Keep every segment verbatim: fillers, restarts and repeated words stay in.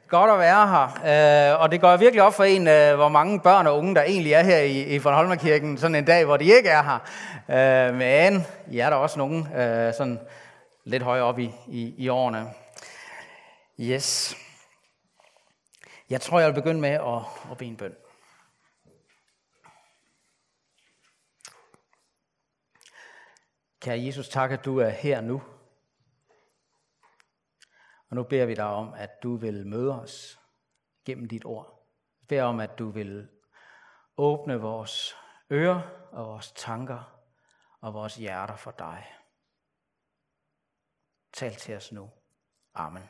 Godt at være her, og det går virkelig op for en, hvor mange børn og unge, der egentlig er her i Bornholmerkirken, sådan en dag, hvor de ikke er her. Men I er der også nogen, sådan lidt højere op i, i, i årene. Yes. Jeg tror, jeg vil begynde med at, at bede en bøn. Kære Jesus, tak, at du er her nu. Og nu beder vi dig om, at du vil møde os gennem dit ord. Vi beder om, at du vil åbne vores ører og vores tanker og vores hjerter for dig. Tal til os nu. Amen.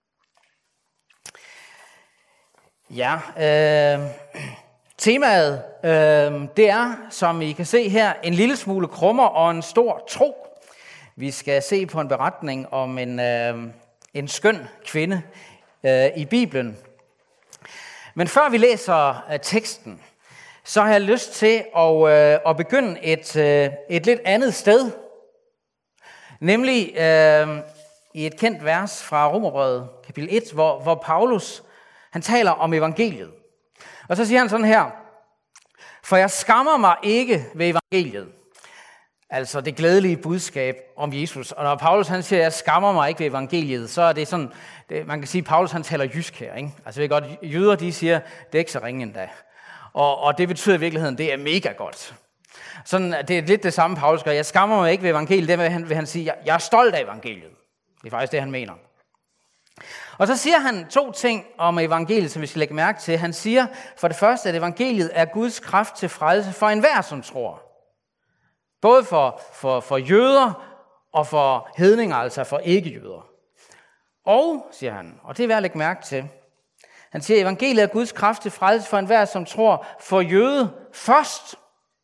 Ja, øh, temaet, øh, det er, som I kan se her, en lille smule krummer og en stor tro. Vi skal se på en beretning om en... Øh, En skøn kvinde øh, i Bibelen. Men før vi læser øh, teksten, så har jeg lyst til at, øh, at begynde et, øh, et lidt andet sted. Nemlig øh, i et kendt vers fra Romerbrevet, kapitel et, hvor, hvor Paulus han taler om evangeliet. Og så siger han sådan her: For jeg skammer mig ikke ved evangeliet. Altså det glædelige budskab om Jesus. Og når Paulus han siger, jeg skammer mig ikke ved evangeliet, så er det sådan, det, man kan sige, at Paulus han taler jysk her. Ikke? Altså ved godt, jøder de siger, det er ikke så ringe endda. Og, og det betyder i virkeligheden, det er mega godt. Sådan, det er lidt det samme, Paulus gør. Jeg skammer mig ikke ved evangeliet, det vil han, vil han sige, jeg, jeg er stolt af evangeliet. Det er faktisk det, han mener. Og så siger han to ting om evangeliet, som vi skal lægge mærke til. Han siger for det første, at evangeliet er Guds kraft til frelse for enhver, som tror. Både for, for, for jøder og for hedninger, altså for ikke-jøder. Og, siger han, og det er værd at lægge mærke til, han siger, at evangeliet er Guds kraft til frelse for enhver, som tror, for jøde først.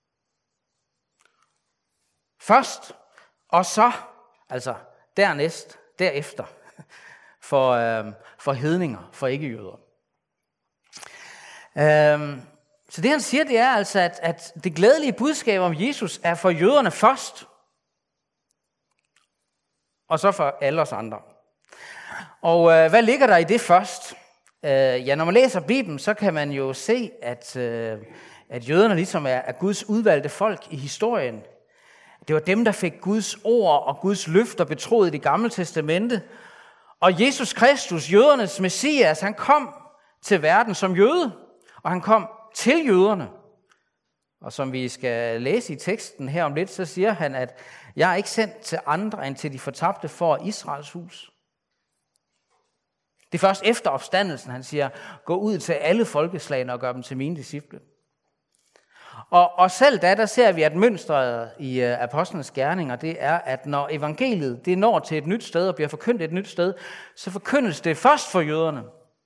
Først, og så, altså dernæst, derefter, for, øh, for hedninger, for ikke-jøder. Øh, Så det han siger, det er altså, at, at det glædelige budskab om Jesus er for jøderne først, og så for alle os andre. Og øh, hvad ligger der i det først? Øh, ja, når man læser Bibelen, så kan man jo se, at, øh, at jøderne ligesom er, er Guds udvalgte folk i historien. Det var dem, der fik Guds ord og Guds løfter betroet i Det Gamle Testamente. Og Jesus Kristus, jødernes Messias, han kom til verden som jøde, og han kom til jøderne. Og som vi skal læse i teksten her om lidt, så siger han, at jeg er ikke sendt til andre end til de fortabte for Israels hus. Det er først efter opstandelsen, han siger, gå ud til alle folkeslagene og gør dem til mine disciple. Og, og selv da, der ser vi, at mønstret i uh, apostlenes gerninger, det er, at når evangeliet det når til et nyt sted og bliver forkyndt et nyt sted, så forkyndes det først for jøderne,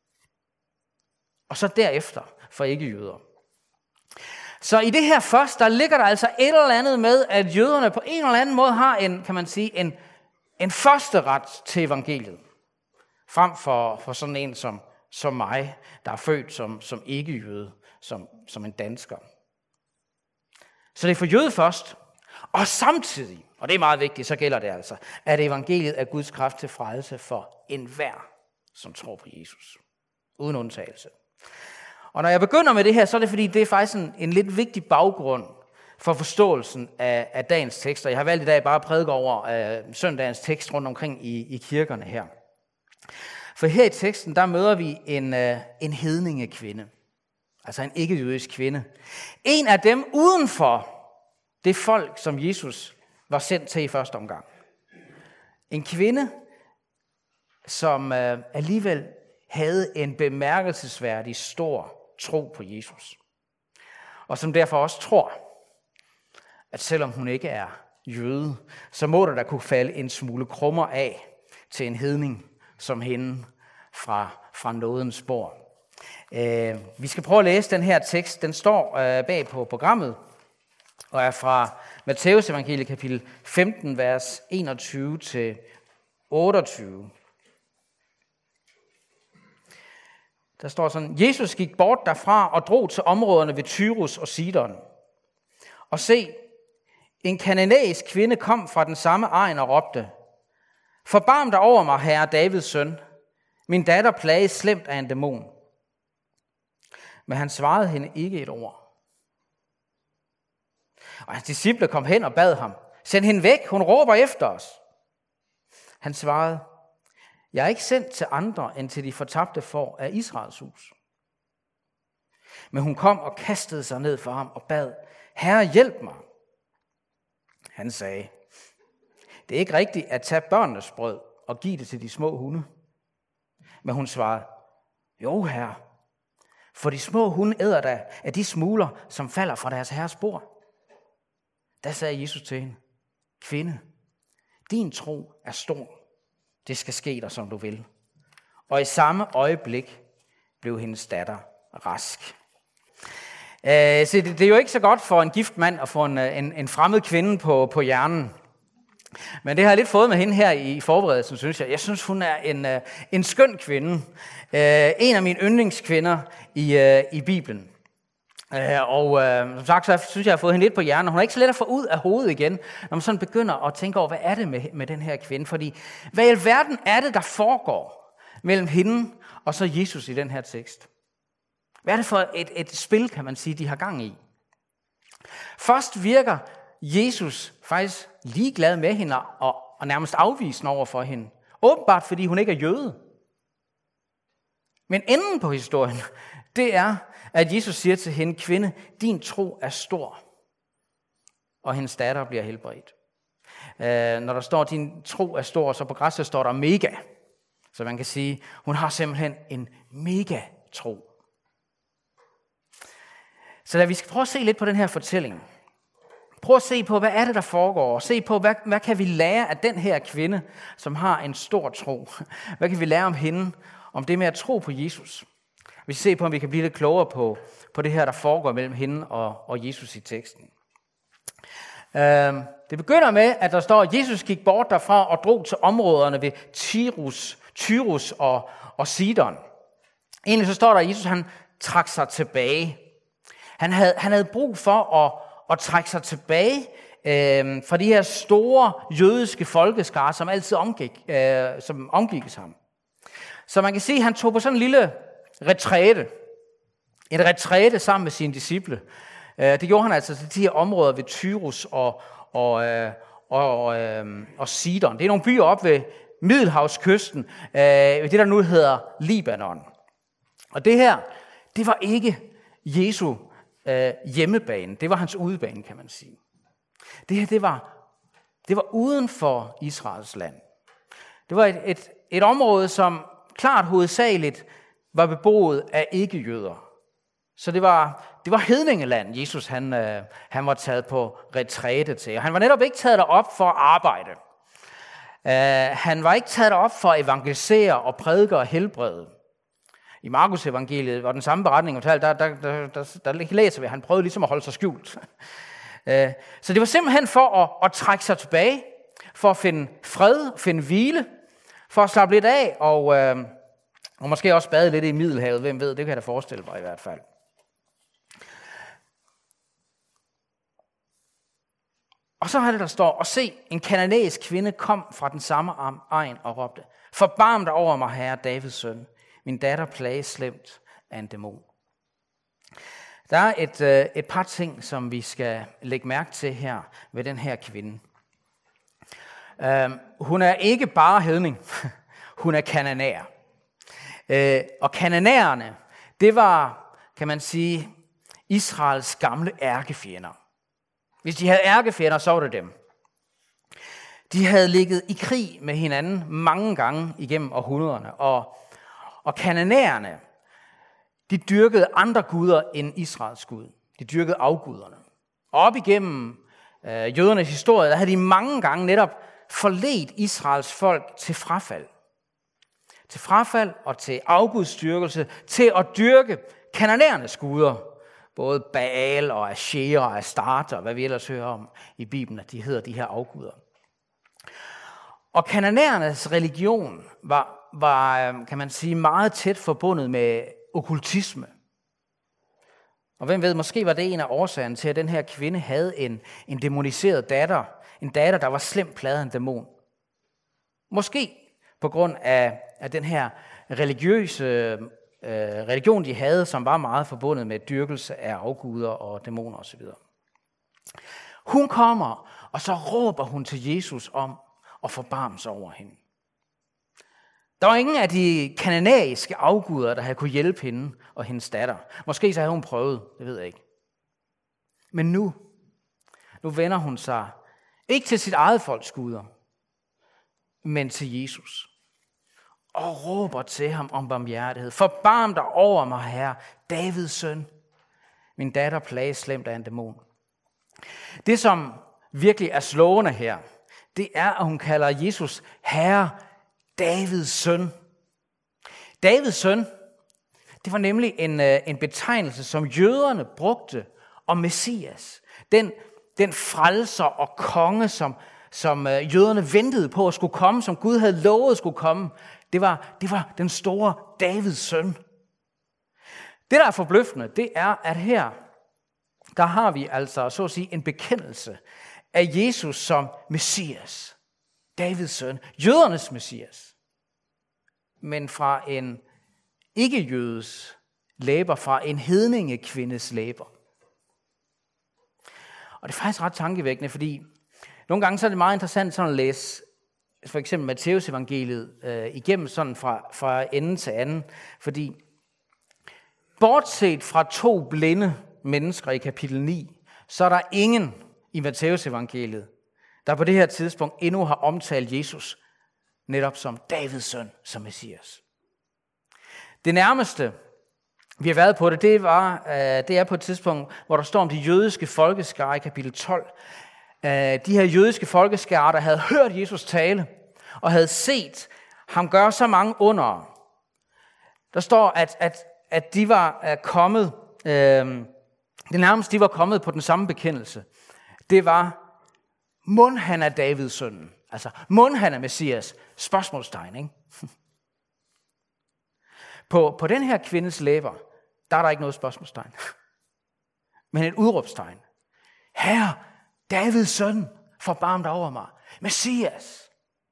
og så derefter for ikke-jøder. Så i det her først, der ligger der altså et eller andet med, at jøderne på en eller anden måde har en, kan man sige, en, en første ret til evangeliet. Frem for, for sådan en som, som mig, der er født som, som ikke-jøde, som, som en dansker. Så det er for jøde først, og samtidig, og det er meget vigtigt, så gælder det altså, at evangeliet er Guds kraft til frelse for enhver, som tror på Jesus. Uden undtagelse. Og når jeg begynder med det her, så er det fordi, det er faktisk en, en lidt vigtig baggrund for forståelsen af, af dagens tekster. Jeg har valgt i dag bare at prædike over øh, søndagens tekst rundt omkring i, i kirkerne her. For her i teksten, der møder vi en, øh, en hedningekvinde. Altså en ikke-jødisk kvinde. En af dem uden for det folk, som Jesus var sendt til i første omgang. En kvinde, som øh, alligevel havde en bemærkelsesværdig stor tro på Jesus. Og som derfor også tror, at selvom hun ikke er jøde, så må der da kunne falde en smule krummer af til en hedning som hende fra, fra nådens spor. Øh, vi skal prøve at læse den her tekst. Den står øh, bag på programmet og er fra Matteus evangeliet kapitel femten, vers enogtyve til otteogtyve. Der står sådan: Jesus gik bort derfra og drog til områderne ved Tyrus og Sidon. Og se, en kananæisk kvinde kom fra den samme egn og råbte: Forbarm dig over mig, herre Davids søn. Min datter plages slemt af en dæmon. Men han svarede hende ikke et ord. Og hans disciple kom hen og bad ham: Send hende væk, hun råber efter os. Han svarede: Jeg er ikke sendt til andre end til de fortabte får af Israels hus. Men hun kom og kastede sig ned for ham og bad: Herre, hjælp mig. Han sagde: Det er ikke rigtigt at tage børnenes brød og give det til de små hunde. Men hun svarede: Jo, herre, for de små hunde æder da af de smugler, som falder fra deres herres bord. Da sagde Jesus til hende: Kvinde, din tro er stor. Det skal ske dig, som du vil. Og i samme øjeblik blev hendes datter rask. Øh, så det, det er jo ikke så godt for en gift mand at få en, en, en fremmed kvinde på, på hjernen. Men det har jeg lidt fået med hende her i forberedelsen, synes jeg. Jeg synes, hun er en, en skøn kvinde. En af mine yndlingskvinder i, i Bibelen. Og som sagt, så synes jeg, jeg har fået hende lidt på hjernen. Hun er ikke så let at få ud af hovedet igen, når man sådan begynder at tænke over, hvad er det med, med den her kvinde? Fordi hvad i alverden er det, der foregår mellem hende og så Jesus i den her tekst? Hvad er det for et, et spil, kan man sige, de har gang i? Først virker Jesus faktisk ligeglad med hende og, og nærmest afvisende over for hende. Åbenbart, fordi hun ikke er jøde. Men enden på historien, det er, at Jesus siger til hende: Kvinde, din tro er stor. Og hendes datter bliver helbredt. Øh, når der står, din tro er stor, så på græsset står der mega. Så man kan sige, hun har simpelthen en mega tro. Så da vi skal prøve at se lidt på den her fortælling. Prøv at se på, hvad er det, der foregår. Se på, hvad, hvad kan vi lære af den her kvinde, som har en stor tro. Hvad kan vi lære om hende, om det med at tro på Jesus. Vi skal se på, om vi kan blive lidt klogere på, på det her, der foregår mellem hende og, og Jesus i teksten. Det begynder med, at der står, at Jesus gik bort derfra og drog til områderne ved Tyrus, Tyrus og, og Sidon. Egentlig så står der, at Jesus han trak sig tilbage. Han havde, han havde brug for at, at trække sig tilbage øh, fra de her store jødiske folkeskare, som altid omgik, øh, som omgikkes ham. Så man kan sige, at han tog på sådan en lille retræte. En retræte sammen med sine disciple. Det gjorde han altså til de her områder ved Tyrus og, og, og, og, og Sidon. Det er nogle byer op ved Middelhavskysten, ved det der nu hedder Libanon. Og det her, det var ikke Jesu hjemmebane. Det var hans udebane, kan man sige. Det her, det var, det var uden for Israels land. Det var et, et, et område, som klart hovedsageligt var beboet af ikke-jøder. Så det var, det var hedningeland, Jesus han, øh, han var taget på retræte til. Og han var netop ikke taget derop for at arbejde. Uh, han var ikke taget derop for at evangelisere og prædike og helbrede. I Markus evangeliet, hvor den samme beretning er talt, der, der, der, der, der læser vi, at han prøvede ligesom at holde sig skjult. Uh, så det var simpelthen for at, at trække sig tilbage, for at finde fred, finde hvile, for at slappe lidt af, og, uh, og måske også bade lidt i Middelhavet, hvem ved, det kan jeg da forestille mig i hvert fald. Og så har det, der står, og se, en kananæisk kvinde kom fra den samme egen og råbte: Forbarm dig over mig, herre Davids søn. Min datter plages slemt af en dæmon. Der er et, et par ting, som vi skal lægge mærke til her ved den her kvinde. Hun er ikke bare hedning, hun er kananæer. Og kananæerne, det var, kan man sige, Israels gamle ærkefjender. Hvis de havde ærkefjender, så var det dem. De havde ligget i krig med hinanden mange gange igennem århundrederne. Og, og kananæerne, de dyrkede andre guder end Israels Gud. De dyrkede afguderne. Og op igennem øh, jødernes historie, der havde de mange gange netop forledt Israels folk til frafald. Til frafald og til afgudsdyrkelse, til at dyrke kananæernes guder. Både Baal og Asherah og Astarte, og hvad vi ellers hører om i Bibelen, at de hedder de her afguder. Og kananæernes religion var, var, kan man sige, meget tæt forbundet med okkultisme. Og hvem ved, måske var det en af årsagerne til, at den her kvinde havde en, en dæmoniseret datter. En datter, der var slemt plaget af en dæmon. Måske på grund af, af den her religiøse øh, religion, de havde, som var meget forbundet med dyrkelse af afguder og dæmoner osv. Hun kommer, og så råber hun til Jesus om at forbarme sig over hende. Der var ingen af de kananæiske afguder, der havde kunne hjælpe hende og hendes datter. Måske så havde hun prøvet, det ved jeg ikke. Men nu, nu vender hun sig ikke til sit eget folks guder, men til Jesus. Og råber til ham om barmhjertighed. Forbarm dig over mig, Herre, Davids søn. Min datter plages slemt af en dæmon. Det, som virkelig er slående her, det er, at hun kalder Jesus Herre, Davids søn. Davids søn, det var nemlig en, en betegnelse, som jøderne brugte om Messias. Den, den frelser og konge, som, som jøderne ventede på at skulle komme, som Gud havde lovet skulle komme. Det var, det var den store Davids søn. Det, der er forbløffende, det er, at her, der har vi altså, så at sige, en bekendelse af Jesus som Messias. Davids søn. Jødernes Messias. Men fra en ikke-jødes læber, fra en hedningekvindes læber. Og det er faktisk ret tankevækkende, fordi nogle gange så er det meget interessant sådan at læse for eksempel Matteus evangeliet øh, igennem sådan fra, fra ende til anden, fordi bortset fra to blinde mennesker i kapitel ni, så er der ingen i Matteus evangeliet, der på det her tidspunkt endnu har omtalt Jesus netop som Davids søn, som Messias. Det nærmeste, vi har været på det, det, var, det er på et tidspunkt, hvor der står om de jødiske folkeskare i kapitel tolv. De her jødiske folkeskare, der havde hørt Jesus tale, og havde set ham gøre så mange under. Der står, at, at, at de var kommet, øh, det nærmeste de var kommet på den samme bekendelse. Det var, mon han er Davids søn. Altså, mon han er Messias. Spørgsmålstegn, ikke? På, på den her kvindes læber, der er der ikke noget spørgsmålstegn. Men et udråbstegn. Herre, Davids søn, forbarm dig over mig. Messias.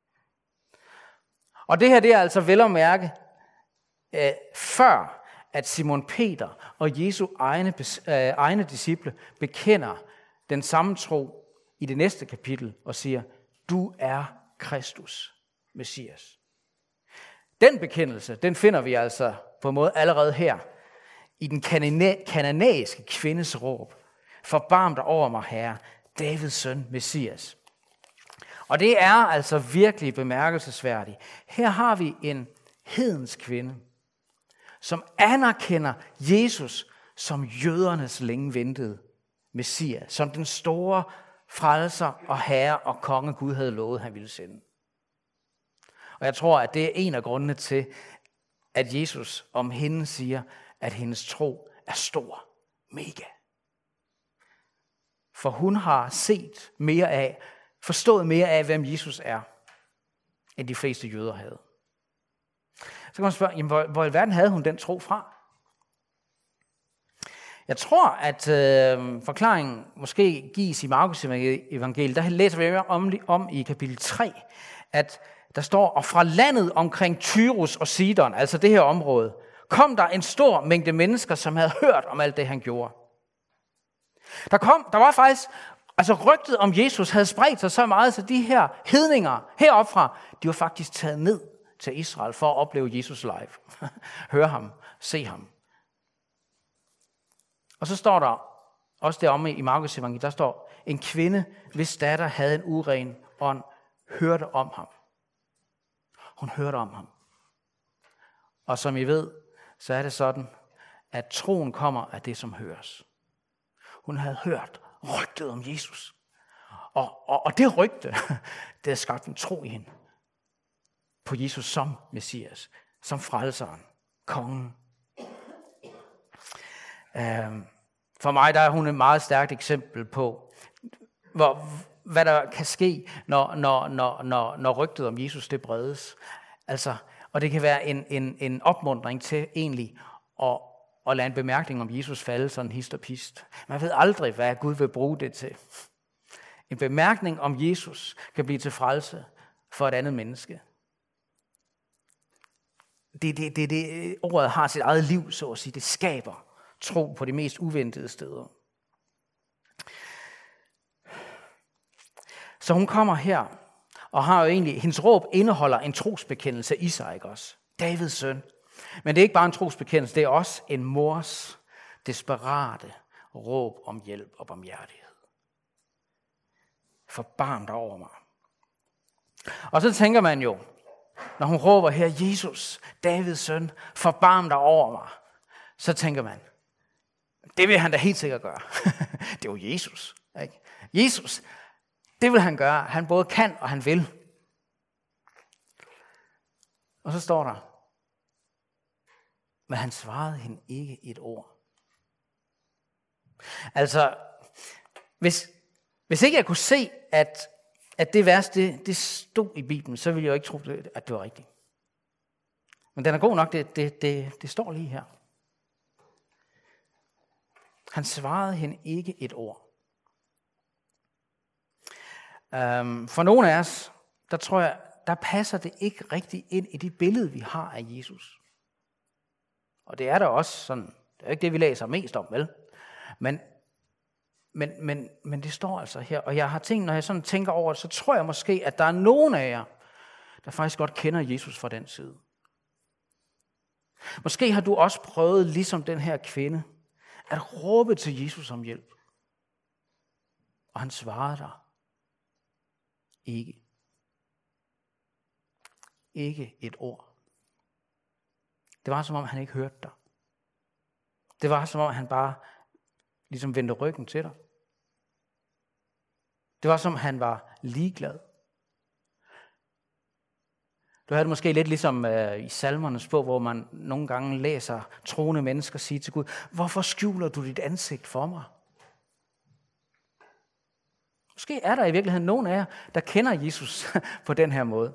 Og det her, det er altså vel at mærke, øh, før at Simon Peter og Jesu egne, øh, egne disciple bekender den samme tro i det næste kapitel og siger, du er Kristus, Messias. Den bekendelse, den finder vi altså på en måde allerede her i den kananæiske kvindes råb. Forbarm dig over mig, Herre, Davids søn, Messias. Og det er altså virkelig bemærkelsesværdigt. Her har vi en hedens kvinde, som anerkender Jesus som jødernes længe ventede Messias, som den store frelser og herre og konge Gud havde lovet, han ville sende. Og jeg tror, at det er en af grundene til, at Jesus om hende siger, at hendes tro er stor, mega. For hun har set mere af, forstået mere af, hvem Jesus er, end de fleste jøder havde. Så kan man spørge, jamen, hvor, hvor i verden havde hun den tro fra? Jeg tror, at øh, forklaringen måske gives i Markus evangeliet. Der læser vi om, om i kapitel tre, at der står, og fra landet omkring Tyrus og Sidon, altså det her område, kom der en stor mængde mennesker, som havde hørt om alt det, han gjorde. Der, kom, der var faktisk, altså rygtet om Jesus havde spredt sig så meget, så de her hedninger heroppe fra, de var faktisk taget ned til Israel for at opleve Jesus live. Høre ham, se ham. Og så står der, også deromme i Markus evangeliet, der står, en kvinde, hvis datter havde en uren ånd, hørte om ham. Hun hørte om ham. Og som I ved, så er det sådan, at troen kommer af det, som høres. Hun havde hørt rygtet om Jesus. Og, og, og det rygte, det havde skabt en tro i hende. På Jesus som Messias, som frelseren, kongen. For mig der er hun et meget stærkt eksempel på, hvor, hvad der kan ske, når, når, når, når, når rygtet om Jesus det bredes. Altså, og det kan være en, en, en opmuntring til egentlig at, at lade en bemærkning om Jesus falde sådan hist og pist. Man ved aldrig, hvad Gud vil bruge det til. En bemærkning om Jesus kan blive til frelse for et andet menneske. det, det, det, det, ordet har sit eget liv, så at sige. Det skaber tro på de mest uventede steder. Så hun kommer her, og har jo egentlig, hendes råb indeholder en trosbekendelse i sig, ikke også? Davids søn. Men det er ikke bare en trosbekendelse, det er også en mors desperate råb om hjælp og barmhjertighed. Forbarm dig over mig. Og så tænker man jo, når hun råber her, Jesus, Davids søn, forbarm dig over mig, så tænker man, det vil han da helt sikkert gøre. Det er jo Jesus, ikke? Jesus, det vil han gøre. Han både kan og han vil. Og så står der, men han svarede hende ikke et ord. Altså, hvis, hvis ikke jeg kunne se, at, at det vers, det, det stod i Bibelen, så ville jeg jo ikke tro, at det var rigtigt. Men den er god nok, det, det, det, det står lige her. Han svarede hende ikke et ord. Um, for nogle af os, der tror jeg, der passer det ikke rigtig ind i det billede, vi har af Jesus. Og det er der også sådan, det er ikke det, vi læser mest om, vel? Men, men, men, men det står altså her, og jeg har tænkt, når jeg sådan tænker over det, så tror jeg måske, at der er nogen af jer, der faktisk godt kender Jesus fra den side. Måske har du også prøvet, ligesom den her kvinde, at råbe til Jesus om hjælp. Og han svarede dig ikke. Ikke et ord. Det var som om han ikke hørte dig. Det var som om han bare ligesom vendte ryggen til dig. Det var som om han var ligeglad. Du havde det måske lidt ligesom øh, i salmernes bog, hvor man nogle gange læser troende mennesker sige til Gud, hvorfor skjuler du dit ansigt for mig? Måske er der i virkeligheden nogen af jer, der kender Jesus på den her måde.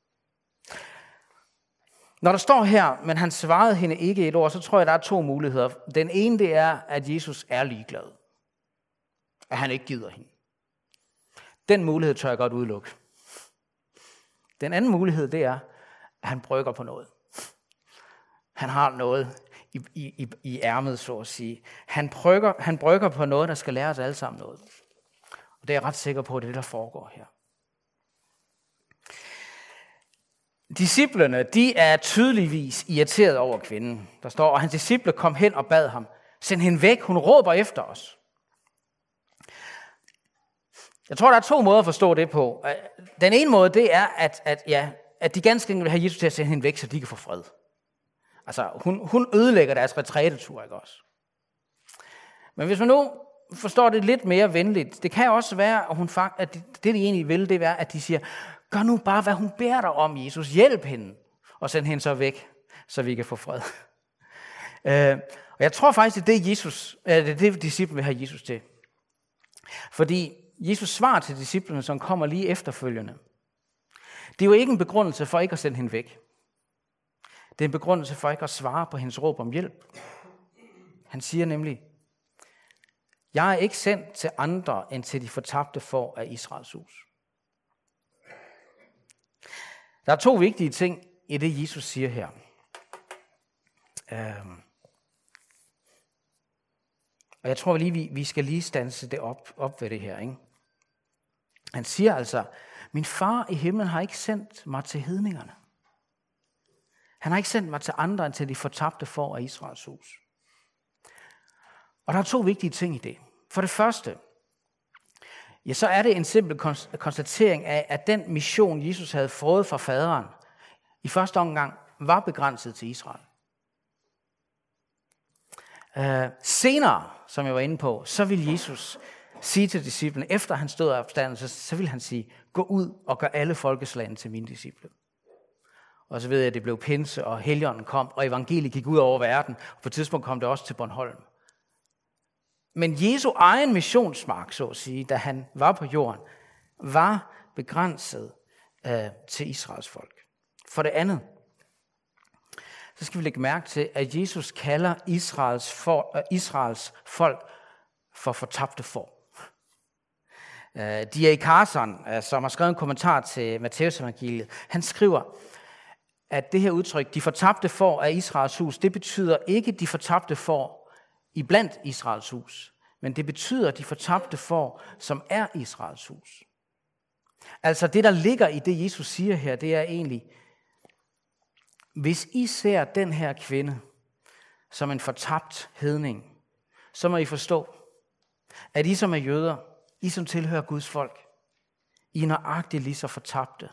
Når der står her, men han svarede hende ikke et ord, så tror jeg, der er to muligheder. Den ene, det er, at Jesus er ligeglad. At han ikke gider hende. Den mulighed tør jeg godt udelukke. Den anden mulighed, det er, at han brygger på noget. Han har noget i, i, i ærmet, så at sige. Han brygger, han brygger på noget, der skal lære os alle sammen noget. Og det er jeg ret sikker på, at det er det, der foregår her. Disciplerne, de er tydeligvis irriteret over kvinden. Der står, og hans disciple kom hen og bad ham. Send hende væk, hun råber efter os. Jeg tror, der er to måder at forstå det på. Den ene måde, det er, at, at, ja, at de ganske enkelt vil have Jesus til at sende hende væk, så de kan få fred. Altså, hun, hun ødelægger deres retrætetur, ikke også? Men hvis man nu forstår det lidt mere venligt, det kan også være, at, hun, at det, det de egentlig vil, det er, at de siger, gør nu bare, hvad hun beder dig om, Jesus. Hjælp hende, og send hende så væk, så vi kan få fred. øh, og jeg tror faktisk, det er det, Jesus, øh, det er det, disciplen vil have Jesus til. Fordi Jesus svar til disciplene, som kommer lige efterfølgende, det er jo ikke en begrundelse for ikke at sende hende væk. Det er en begrundelse for ikke at svare på hendes råb om hjælp. Han siger nemlig, jeg er ikke sendt til andre, end til de fortabte får af Israels hus. Der er to vigtige ting i det, Jesus siger her. Øhm. Og jeg tror lige, vi, vi skal lige standse det op, op ved det her. Ikke? Han siger altså, min far i himlen har ikke sendt mig til hedningerne. Han har ikke sendt mig til andre, end til de fortabte får af Israels hus. Og der er to vigtige ting i det. For det første, ja, så er det en simpel konstatering af, at den mission, Jesus havde fået fra faderen, i første omgang var begrænset til Israel. Uh, senere, som jeg var inde på, så vil Jesus sige til disciplen, efter han stod af opstandelsen, så vil han sige, gå ud og gør alle folkeslagene til mine disciple. Og så ved jeg, at det blev pinse, og Helligånden kom, og evangeliet gik ud over verden, og på et tidspunkt kom det også til Bornholm. Men Jesu egen missionsmark, så at sige, da han var på jorden, var begrænset uh, til Israels folk. For det andet, så skal vi lægge mærke til, at Jesus kalder Israels, for, uh, Israels folk for fortabte får. Uh, D A Carson, uh, som har skrevet en kommentar til Matthæus evangeliet, han skriver, at det her udtryk, de fortabte får af Israels hus, det betyder ikke de fortabte får i blandt Israels hus, men det betyder de fortabte får, som er Israels hus. Altså det, der ligger i det, Jesus siger her, det er egentlig, hvis I ser den her kvinde som en fortabt hedning, så må I forstå, at I som er jøder, I som tilhører Guds folk, I er nøjagtigt lige så fortabte,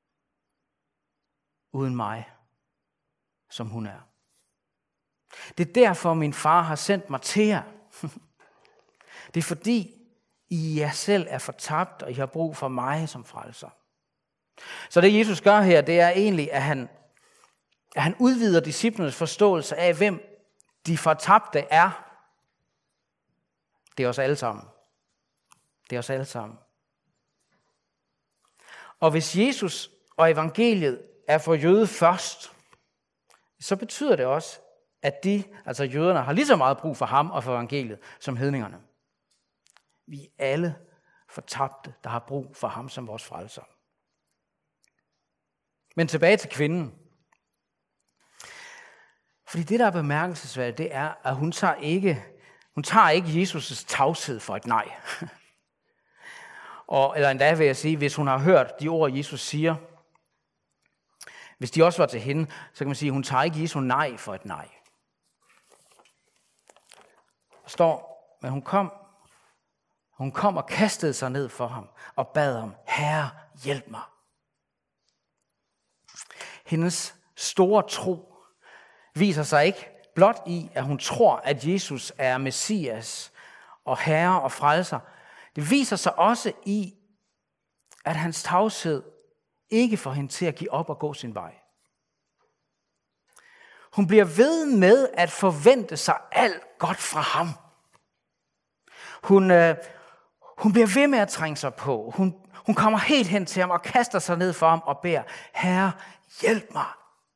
uden mig, som hun er. Det er derfor, min far har sendt mig til jer. Det er fordi, I jer selv er fortabt, og I har brug for mig som frelser. Så det Jesus gør her, det er egentlig, at han, at han udvider disciplernes forståelse af, hvem de fortabte er. Det er os alle sammen. Det er os alle sammen. Og hvis Jesus og evangeliet er for jøde først, så betyder det også, at de, altså jøderne, har lige så meget brug for ham og for evangeliet, som hedningerne. Vi er alle fortabte, der har brug for ham som vores frelser. Men tilbage til kvinden. Fordi det, der er bemærkelsesværdigt, det er, at hun tager ikke, hun tager ikke Jesus' tavshed for et nej. Og, eller endda vil jeg sige, hvis hun har hørt de ord, Jesus siger, hvis de også var til hende, så kan man sige, at hun tager ikke Jesu nej for et nej. Der står, men hun kom, hun kom og kastede sig ned for ham og bad om, Herre, hjælp mig. Hendes store tro viser sig ikke blot i, at hun tror, at Jesus er Messias og Herre og frelser. Det viser sig også i, at hans tavshed ikke får hende til at give op og gå sin vej. Hun bliver ved med at forvente sig alt godt fra ham. Hun, øh, hun bliver ved med at trænge sig på. Hun, hun kommer helt hen til ham og kaster sig ned for ham og beder, Herre, hjælp mig.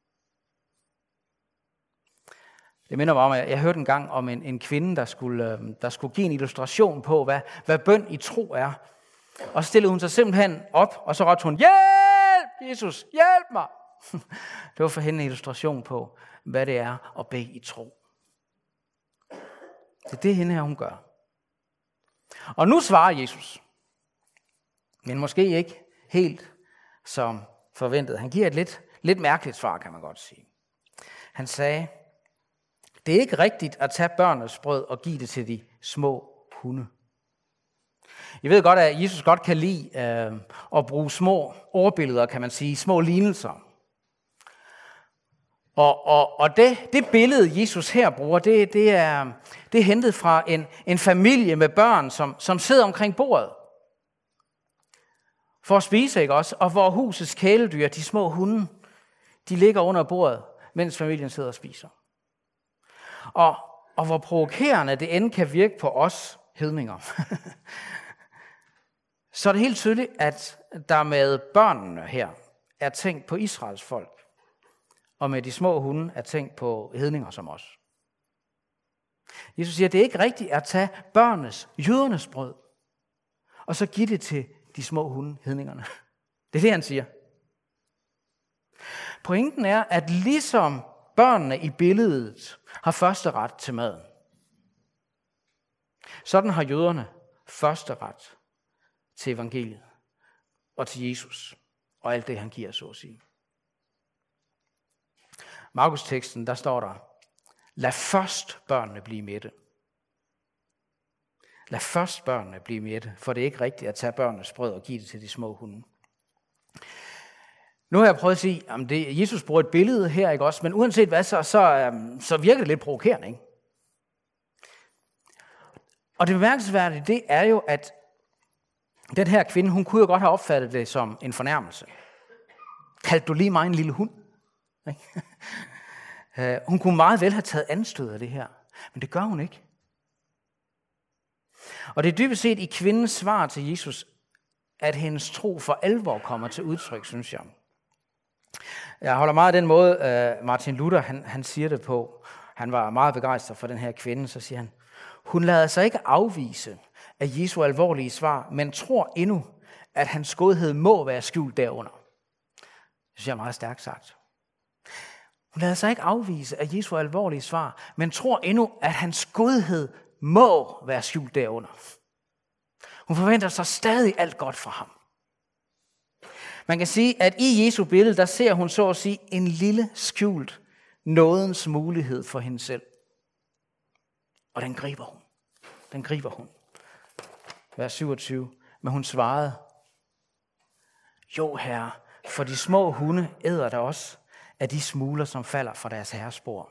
Det minder mig om, at jeg hørte en gang om en, en kvinde, der skulle, der skulle give en illustration på, hvad, hvad bøn i tro er. Og så stillede hun sig simpelthen op, og så råbte hun, hjælp, Jesus, hjælp mig. Det var for hende en illustration på, hvad det er at bede i tro. Det er det, hende her, hun gør. Og nu svarer Jesus, men måske ikke helt som forventet. Han giver et lidt, lidt mærkeligt svar, kan man godt sige. Han sagde, det er ikke rigtigt at tage børnenes brød og give det til de små hunde. Jeg ved godt, at Jesus godt kan lide øh, at bruge små ordbilleder, kan man sige, små lignelser. Og, og, og det, det billede, Jesus her bruger, det, det, er, det er hentet fra en, en familie med børn, som, som sidder omkring bordet for at spise, ikke også? Og hvor husets kæledyr, de små hunde, de ligger under bordet, mens familien sidder og spiser. Og, og hvor provokerende det end kan virke på os hedninger, så er det helt tydeligt, at der med børnene her er tænkt på Israels folk, og med de små hunde er tænkt på hedninger som os. Jesus siger, at det er ikke rigtigt at tage børnenes, jødernes brød, og så give det til de små hunde, hedningerne. Det er det, han siger. Pointen er, at ligesom børnene i billedet har første ret til maden, sådan har jøderne første ret til evangeliet og til Jesus og alt det, han giver, så at sige. Markus-teksten, der står der, lad først børnene blive mætte. Lad først børnene blive mætte, for det er ikke rigtigt at tage børnenes brød og give det til de små hunde. Nu har jeg prøvet at sige, at det, Jesus bruger et billede her, ikke også? Men uanset hvad, så, så, så virker det lidt provokerende, ikke? Og det bemærkelsesværdige, det er jo, at den her kvinde, hun kunne jo godt have opfattet det som en fornærmelse. Kaldte du lige mig en lille hund? Hun kunne meget vel have taget anstød af det her, men det gør hun ikke. Og det er dybest set i kvindens svar til Jesus, at hendes tro for alvor kommer til udtryk, synes jeg. Jeg holder meget af den måde, Martin Luther han, han siger det på. Han var meget begejstret for den her kvinde, så siger han, hun lader sig ikke afvise af Jesu alvorlige svar, men tror endnu, at hans godhed må være skjult derunder. Det synes jeg er meget stærkt sagt. Hun lader sig ikke afvise af Jesu alvorlige svar, men tror endnu, at hans godhed må være skjult derunder. Hun forventer sig stadig alt godt fra ham. Man kan sige, at i Jesu billede, der ser hun så at sige en lille skjult nådens mulighed for hende selv. Og den griber hun. Den griber hun. Vers syvogtyve. Men hun svarede, jo herre, for de små hunde æder der også af de smuler, som falder fra deres herres bord.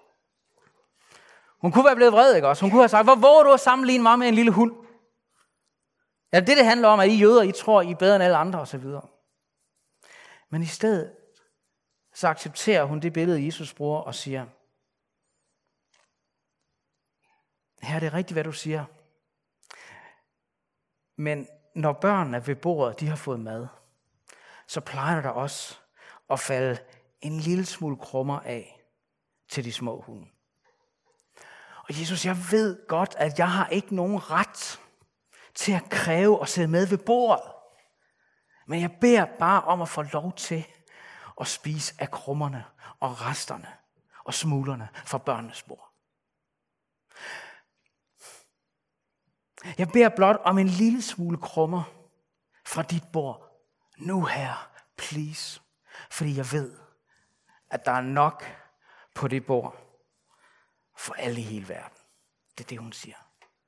Hun kunne være blevet vred, ikke også? Hun kunne have sagt, hvor våger du at sammenligne mig med en lille hund? Ja, det det handler om, at I jøder, I tror, I er bedre end alle andre osv. Men i stedet, så accepterer hun det billede, Jesus bruger og siger, her det er rigtigt, hvad du siger. Men når børnene ved bordet, de har fået mad, så plejer der også at falde en lille smule krummer af til de små hunde. Og Jesus, jeg ved godt, at jeg har ikke nogen ret til at kræve at sidde med ved bordet. Men jeg beder bare om at få lov til at spise af krummerne og resterne og smulerne fra børnenes bord. Jeg beder blot om en lille smule krummer fra dit bord. Nu her, please. Fordi jeg ved, at der er nok på det bord for alle i hele verden. Det er det, hun siger.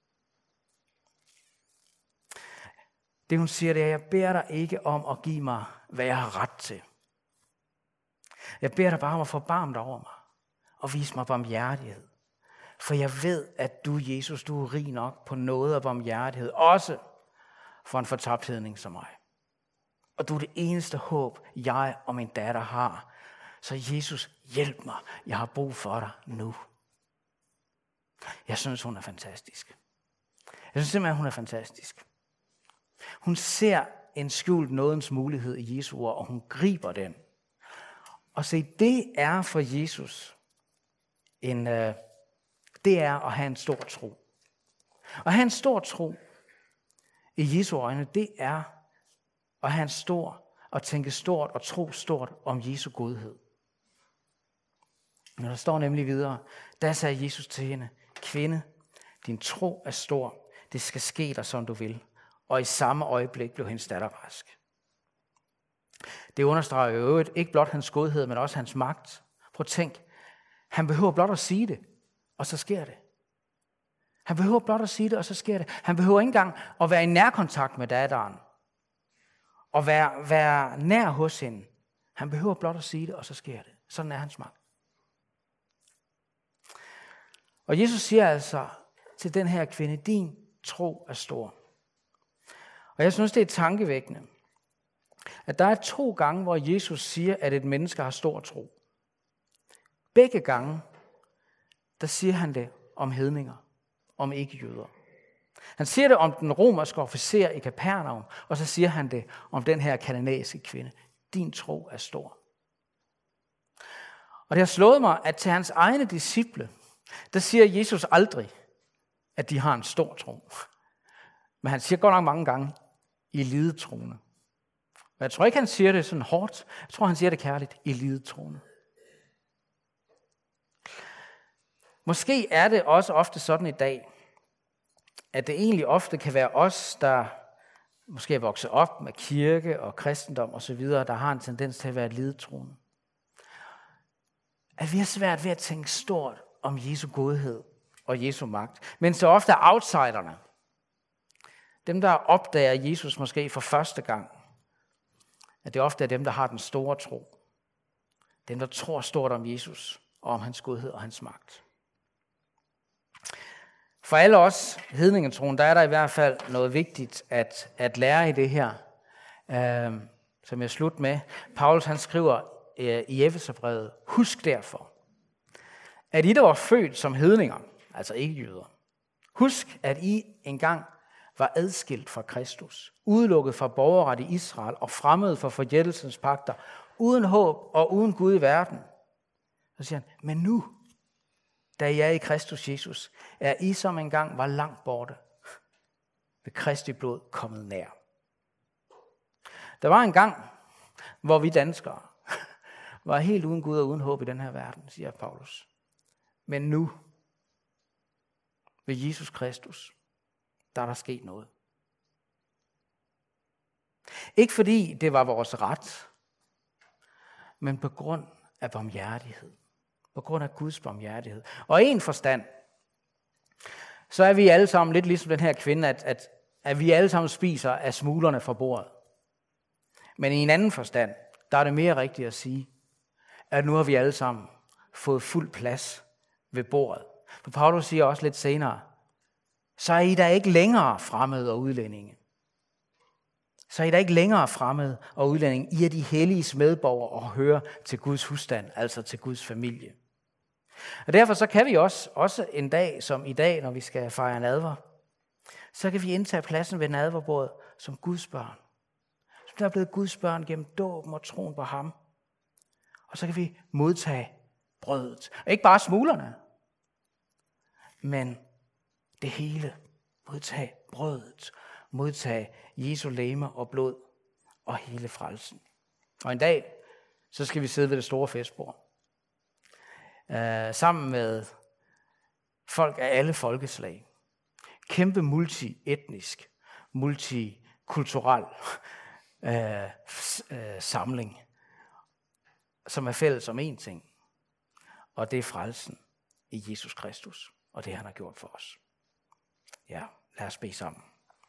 Det, hun siger, det er, jeg beder dig ikke om at give mig, hvad jeg har ret til. Jeg beder dig bare om at forbarme dig over mig og vise mig barmhjertighed. For jeg ved, at du, Jesus, du er rig nok på noget af barmhjertighed, også for en fortabt hedning som mig. Og du er det eneste håb, jeg og min datter har. Så Jesus, hjælp mig. Jeg har brug for dig nu. Jeg synes, hun er fantastisk. Jeg synes simpelthen, hun er fantastisk. Hun ser en skjult nådens mulighed i Jesu ord, og hun griber den. Og se, det er for Jesus en, øh, det er at have en stor tro. At have en stor tro i Jesu øjne, det er at have en stor, og tænke stort og tro stort om Jesu godhed. Men der står nemlig videre, der sagde Jesus til hende, kvinde, din tro er stor, det skal ske dig, som du vil. Og i samme øjeblik blev hendes datter rask. Det understreger jo øvrigt ikke blot hans godhed, men også hans magt. Prøv at tænk, han behøver blot at sige det, og så sker det. Han behøver blot at sige det, og så sker det. Han behøver ikke engang at være i nærkontakt med datteren, og være, være nær hos hende. Han behøver blot at sige det, og så sker det. Sådan er hans magt. Og Jesus siger altså til den her kvinde, din tro er stor. Og jeg synes, det er tankevækkende, at der er to gange, hvor Jesus siger, at et menneske har stor tro. Begge gange, der siger han det om hedninger, om ikke-jøder. Han siger det om den romerske officer i Kapernaum, og så siger han det om den her kananæiske kvinde. Din tro er stor. Og det har slået mig, at til hans egne disciple, der siger Jesus aldrig, at de har en stor tro. Men han siger godt nok mange gange, i lidetroende. Og jeg tror ikke, han siger det sådan hårdt. Jeg tror, han siger det kærligt, i lidetroende. Måske er det også ofte sådan i dag, at det egentlig ofte kan være os, der måske er vokset op med kirke og kristendom osv., der har en tendens til at være lidetroende. At vi har svært ved at tænke stort om Jesu godhed og Jesu magt. Men så ofte er outsiderne, dem der opdager Jesus måske for første gang, at det ofte er dem, der har den store tro. Dem, der tror stort om Jesus og om hans godhed og hans magt. For alle os hedningetroen, der er der i hvert fald noget vigtigt at, at lære i det her, øh, som jeg slutter med. Paulus han skriver øh, i Efeserbrevet, husk derfor, at I der var født som hedninger, altså ikke jøder, husk, at I engang var adskilt fra Kristus, udelukket fra borgerret i Israel og fremmed for forjættelsens pagter, uden håb og uden Gud i verden. Så siger han, men nu, da I er i Kristus Jesus, er I som engang var langt borte, ved Kristi blod kommet nær. Der var en gang, hvor vi danskere var helt uden Gud og uden håb i den her verden, siger Paulus. Men nu, ved Jesus Kristus, der er der sket noget. Ikke fordi det var vores ret, men på grund af barmhjertighed. På grund af Guds barmhjertighed. Og i en forstand, så er vi alle sammen lidt ligesom den her kvinde, at, at, at vi alle sammen spiser af smuglerne fra bordet. Men i en anden forstand, der er det mere rigtigt at sige, at nu har vi alle sammen fået fuld plads ved bordet. For Paulus siger også lidt senere, så er I da ikke længere fremmede og udlændinge. Så er I da ikke længere fremmede og udlændinge. I er de helliges medborgere og hører til Guds husstand, altså til Guds familie. Og derfor så kan vi også, også en dag som i dag, når vi skal fejre nadver, så kan vi indtage pladsen ved nadverbordet som Guds børn. Som der er blevet Guds børn gennem dåben og troen på ham. Og så kan vi modtage brødet. Og ikke bare smuglerne, men det hele. Modtage brødet. Modtage Jesu legeme og blod og hele frelsen. Og en dag, så skal vi sidde ved det store festbord. Uh, sammen med folk af alle folkeslag. Kæmpe multietnisk, multikulturel uh, uh, samling, som er fælles om én ting. Og det er frelsen i Jesus Kristus, og det han har gjort for os. Ja, lad os bede sammen.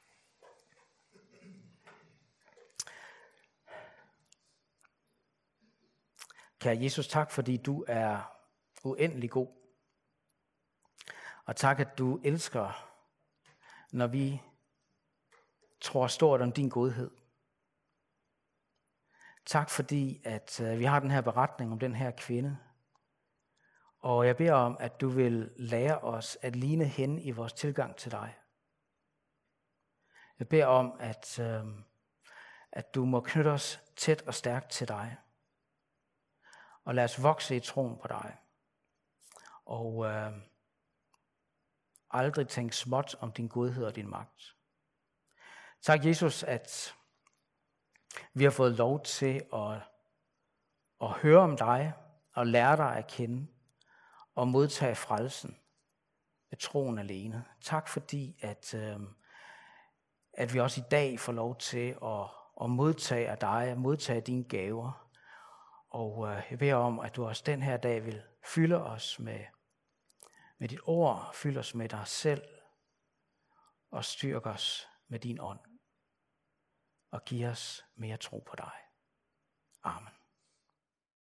Kære Jesus, tak fordi du er uendelig god. Og tak, at du elsker, når vi tror stort om din godhed. Tak fordi, at vi har den her beretning om den her kvinde. Og jeg beder om, at du vil lære os at ligne hende i vores tilgang til dig. Jeg beder om, at, øh, at du må knytte os tæt og stærkt til dig. Og lad os vokse i troen på dig. Og øh, aldrig tænke småt om din godhed og din magt. Tak, Jesus, at vi har fået lov til at, at høre om dig og lære dig at kende og modtage frelsen ved troen alene. Tak fordi, at, øh, at vi også i dag får lov til at, at modtage af dig, modtage dine gaver. Og øh, jeg beder om, at du også den her dag vil fylde os med, med dit ord, fylde os med dig selv og styrke os med din ånd og give os mere tro på dig. Amen.